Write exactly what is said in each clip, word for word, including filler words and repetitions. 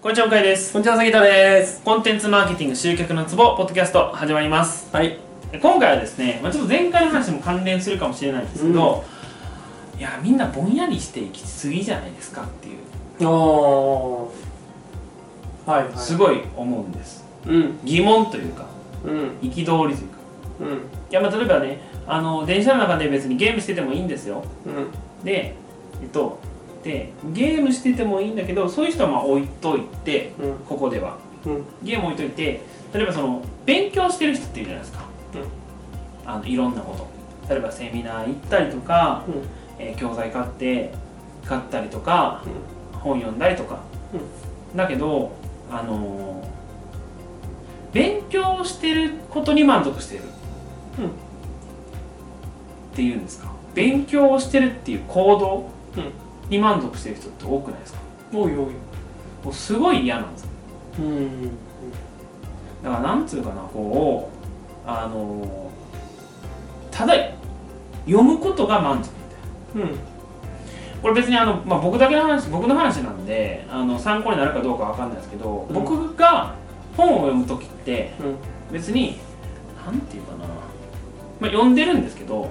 こんにちは、向井です。 こんにちは、杉田です。 コンテンツマーケティング集客のツボポッドキャスト始まります。 はい。 今回はですね、まあ、ちょっと前回の話も関連するかもしれないんですけど、うん、いやみんなぼんやりしていきすぎじゃないですかっていう。 おー、はい、はい、 すごい思うんです。 うん、 疑問というか、 うん、 憤りというか、うん、いやまあ例えばね、あの電車の中で別にゲームしててもいいんですよ。うん、で、えっとでゲームしててもいいんだけど、そういう人はまあ置いといて、うん、ここでは、うん、ゲーム置いといて、例えばその勉強してる人っているじゃないですか、うん、あのいろんなこと、例えばセミナー行ったりとか、うんえー、教材買って買ったりとか、うん、本読んだりとか、うん、だけど、あのー、勉強してることに満足してる、うん、っていうんですか。勉強をしてるっていう行動、うんに満足してる人って多くないですか？ 多い多い。 もうすごい嫌なんですよ。 うん。 だからなんつうかな、こうあのただ読むことが満足みたいな。うん。これ別にあの、まあ、僕だけの話、僕の話なんであの参考になるかどうかわかんないですけど、うん、僕が本を読むときって、うん、別になんていうかな、まあ、読んでるんですけど、うん、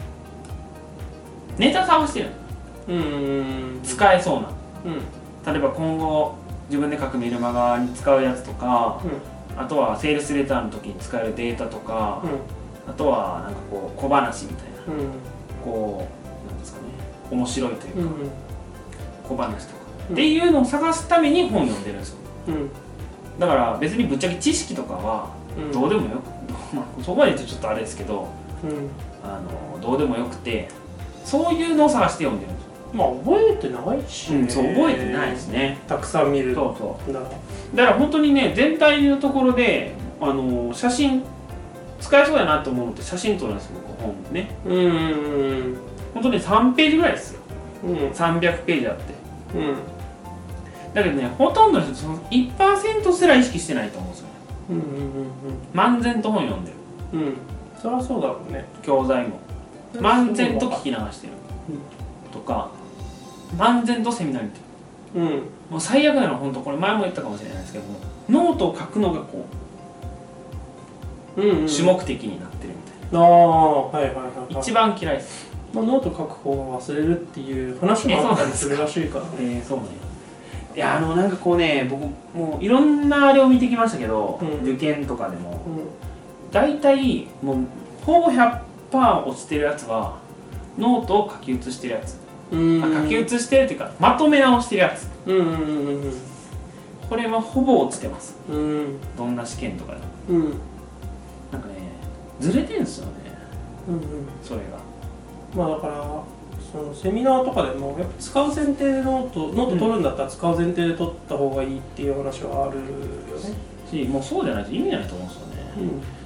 ネタ探してる。うん使えそうな、うん、例えば今後自分で書くメルマガに使うやつとか、うん、あとはセールスレターの時に使えるデータとか、うん、あとはなんかこう小話みたいな、うん、こうなんですかね、面白いというか、うん、小話とか、うん、っていうのを探すために本を読んでるんですよ、うん、だから別にぶっちゃけ知識とかはどうでもよく、まあ、そこまで言うとちょっとあれですけど、うん、あのどうでもよくて、そういうのを探して読んでるんですよ。 まあ覚えてないし、ね、 うん、そう覚えてないですね。 たくさん見る。 そうそうだから本当にね、全体のところであの写真使えそうやなと思うのって写真撮るんですよ、僕本ね。うんうんうん。本当にさんページぐらいですよ。うん。さんびゃくページあって。うん。だけどね、ほとんどの人その いちパーセント すら意識してないと思うんですよね。うんうんうんうん。漫然と本読んでる。 うん。そりゃそうだろうね。 教材も漫然と聞き流してる。うん、とか。漫然とセミナーに行ってる、うん、もう最悪なのは本当これ前も言ったかもしれないですけども、ノートを書くのがこう、うんうん、主目的になってるみたいな。ああ、はいはいはい、はい、一番嫌いです。 まあ、ノート書く方が忘れるっていう話もあったりするらしいからね。 えー、そうなんや。いや、あのなんかこうね、僕もういろんなあれを見てきましたけど、うん、受験とかでも、うん、大体もうほぼ ひゃくパーセント 落ちてるやつはノートを書き写してるやつ、うん書き写してるっていうかまとめ直してるやつ、うんうんうんうん、これはほぼ落ちてます、うん、どんな試験とかでも、うん、なんかねずれてるんですよね、うんうん、それがまあだからそのセミナーとかでもやっぱ使う前提でノートノート取るんだったら使う前提で取った方がいいっていう話はあるよね、 うん、しもうそうじゃないと意味ないと思うんですよね、うん、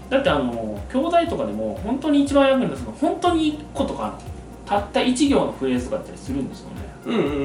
だってあの教材とかでも本当に一番役に立つの本当にいっことかあるたったいち行のフレーズとかだったりするんですよね。うんうんうんうん。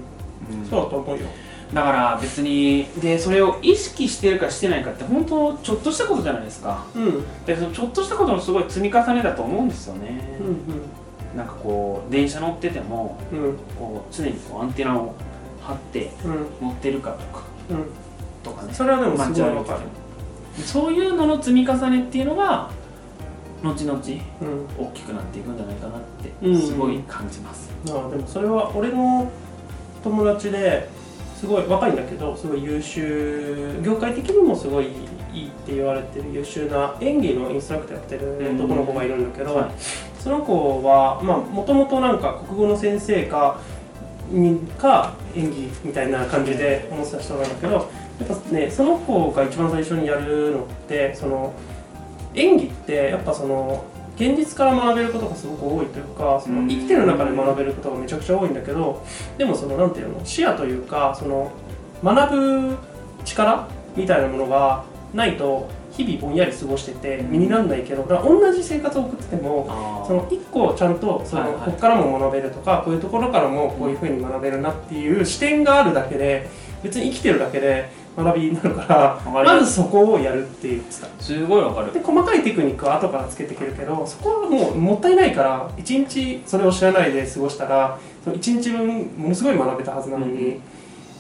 そうだと思うよ。だから別にでそれを意識してるかしてないかって本当ちょっとしたことじゃないですか。うん。でそのちょっとしたことのすごい積み重ねだと思うんですよね。うんうん。なんかこう電車乗ってても、うん、こう常にこうアンテナを張って乗ってるかとか、うん、とかね。 それはでもすごいわかる。 そういうのの積み重ねっていうのが。後々、うん、大きくなっていくんじゃないかなってすごい感じます、 うんうん、あでもそれは俺の友達ですごい若いんだけどすごい優秀業界的にもすごいいいって言われてる優秀な演技のインストラクターやってる男の子がいるんだけど、うんはい、その子はもともとなんか国語の先生かにか演技みたいな感じで思ってた人なんだけどやっぱねその子が一番最初にやるのってその演技ってやっぱその現実から学べることがすごく多いというかその生きてる中で学べることがめちゃくちゃ多いんだけどでもそのなんていうの視野というかその学ぶ力みたいなものがないと日々ぼんやり過ごしてて身にならないけどだから同じ生活を送っててもそのいっこちゃんとそのここからも学べるとかこういうところからもこういうふうに学べるなっていう視点があるだけで別に生きてるだけで学びになるからまずそこをやるって言ってた。 すごいわかる。 で細かいテクニックは後からつけていけるけどそこはもうもったいないからいちにちそれを知らないで過ごしたらそのいちにちぶんものすごい学べたはずなのに、うん、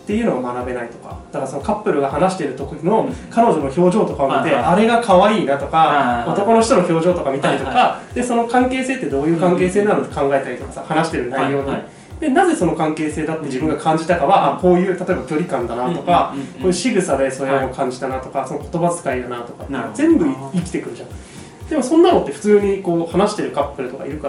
っていうのを学べないとか、だからそのカップルが話している時の彼女の表情とかを見て、 はいはい、 あれが可愛いなとか、 はいはい、 男の人の表情とか見たりとか、 はでその関係性ってどういう関係性なのって考えたりとかさ、話してる内容に、はいはい、でなぜその関係性だって自分が感じたかは、うん、あこういう例えば距離感だなとか、うんうんうん、こういう仕草でそれを感じたなとか、はい、その言葉遣いだなとか全部生きてくるじゃん。でもそんなのって普通にこう話してるカップルとかいるから、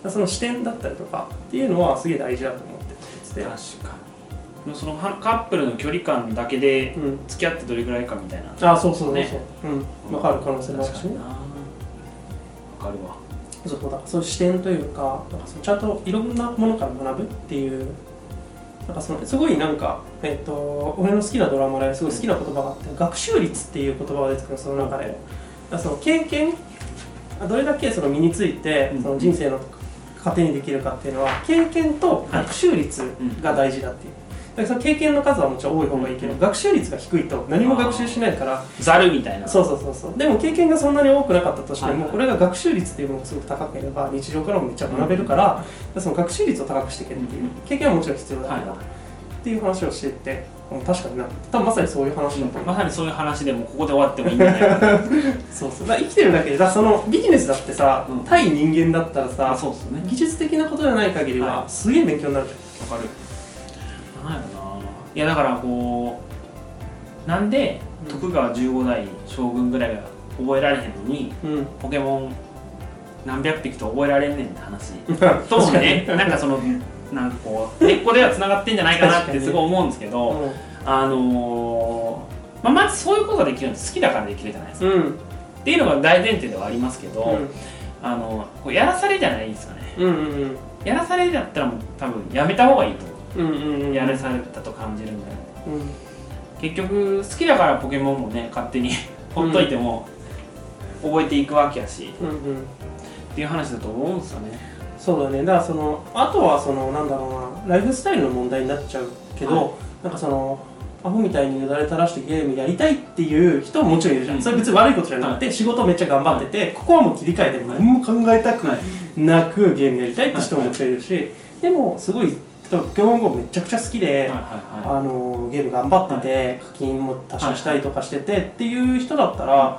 その視点だったりとかっていうのはすげえ大事だと思ってて。 確かにそのカップルの距離感だけで付き合ってどれぐらいかみたいな、 うん、あそうそうそうそう、ね、うん、分かる可能性もあるしね。 分かるわ。 そうだ、そういう視点というか、なんかそのちゃんといろんなものから学ぶっていう、なんかそのすごいなんか、えー、と俺の好きなドラマですごい好きな言葉があって、学習率っていう言葉が出てくるその中で、その経験どれだけその身についてその人生の糧にできるかっていうのは経験と学習率が大事だっていう。だからその経験の数はもちろん多い方がいいけど、学習率が低いと何も学習しないからざるみたいな。 そうそうそうそう。でも経験がそんなに多くなかったとしても、これが学習率っていうものがすごく高ければ日常からもめっちゃ学べるから、その学習率を高くしていけるっていう経験はもちろん必要だけど、っていう話をしていって、確かにな、多分まさにそういう話だと思う。 まさにそういう話でもここで終わってもいいんじゃないかな。 そうそう。だから生きてるだけで、だそのビジネスだってさ、うん、対人間だったらさ、 そうですね、 技術的なことじゃない限りは、はい、すげえ勉強になるじゃん。 わかる。なんやろな。いやだからこうなんで徳川じゅうご代将軍ぐらいが覚えられへんのに、うん、ポケモン何百匹と覚えられんねんって話ともね、なんかそのなんかこう根っこではつながってんじゃないかなってすごい思うんですけど、うん、あのーまあ、まずそういうことができるのって好きだからできるじゃないですか、うん、っていうのが大前提ではありますけど、うん、あのこうやらされじゃないですかね、うんうんうん、やらされだったらもう多分やめた方がいいと思う。うんうんうん、やらされたと感じるんだよ、うん、結局好きだからポケモンもね勝手にほっといても覚えていくわけやし、うんうん、っていう話だと思うんですよね。 そうだね。だからそのあとはそのなんだろうな、ライフスタイルの問題になっちゃうけど、はい、なんかそのアホみたいによだれ垂らしてゲームやりたいっていう人ももちろんいるじゃん、うん、それ別に悪いことじゃなくて、はい、仕事めっちゃ頑張ってて、はい、ここはもう切り替えて何も考えたくなくゲームやりたいって人ももちろんいるし、はいはい、でもすごいポケモン ゴー めちゃくちゃ好きで、はいはいはい、あのゲーム頑張ってて、はい、課金も多少したりとかしてて、はい、っていう人だったら、はい、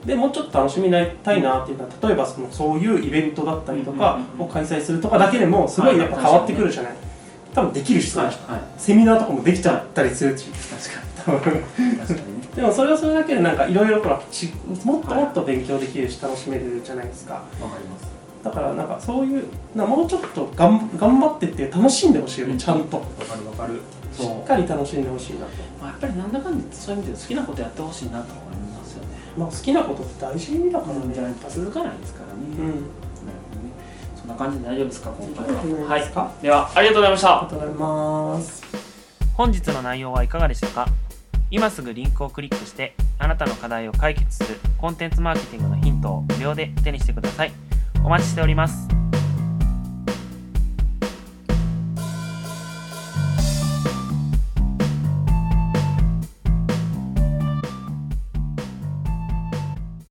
でもうちょっと楽しみたいなっていうのは、例えばそのそういうイベントだったりとかを開催するとかだけでもすごいやっぱ変わってくるじゃない、はい、多分できるし、はいはい、セミナーとかもできちゃったりするし、確かに確かにでもそれはそれだけでなんかいろいろもっともっと勉強できるし楽しめるじゃないですか。わかります。だからなんかそういうなもうちょっとがん頑張ってって楽しんでほしいよね、うん、ちゃんと。わかるわかる。しっかり楽しんでほしいなと。 まあ、やっぱりなんだかんだそういう意味で好きなことやってほしいなと思いますよね。 まあ好きなことって大事だからね。 じゃないと続かないですからね。うん。そんな感じで大丈夫ですか今回は。はい。ではありがとうございました。 ありがとうございます。 本日の内容はいかがでしたか。今すぐリンクをクリックしてあなたの課題を解決するコンテンツマーケティングのヒントを無料で手にしてください。お待ちしております。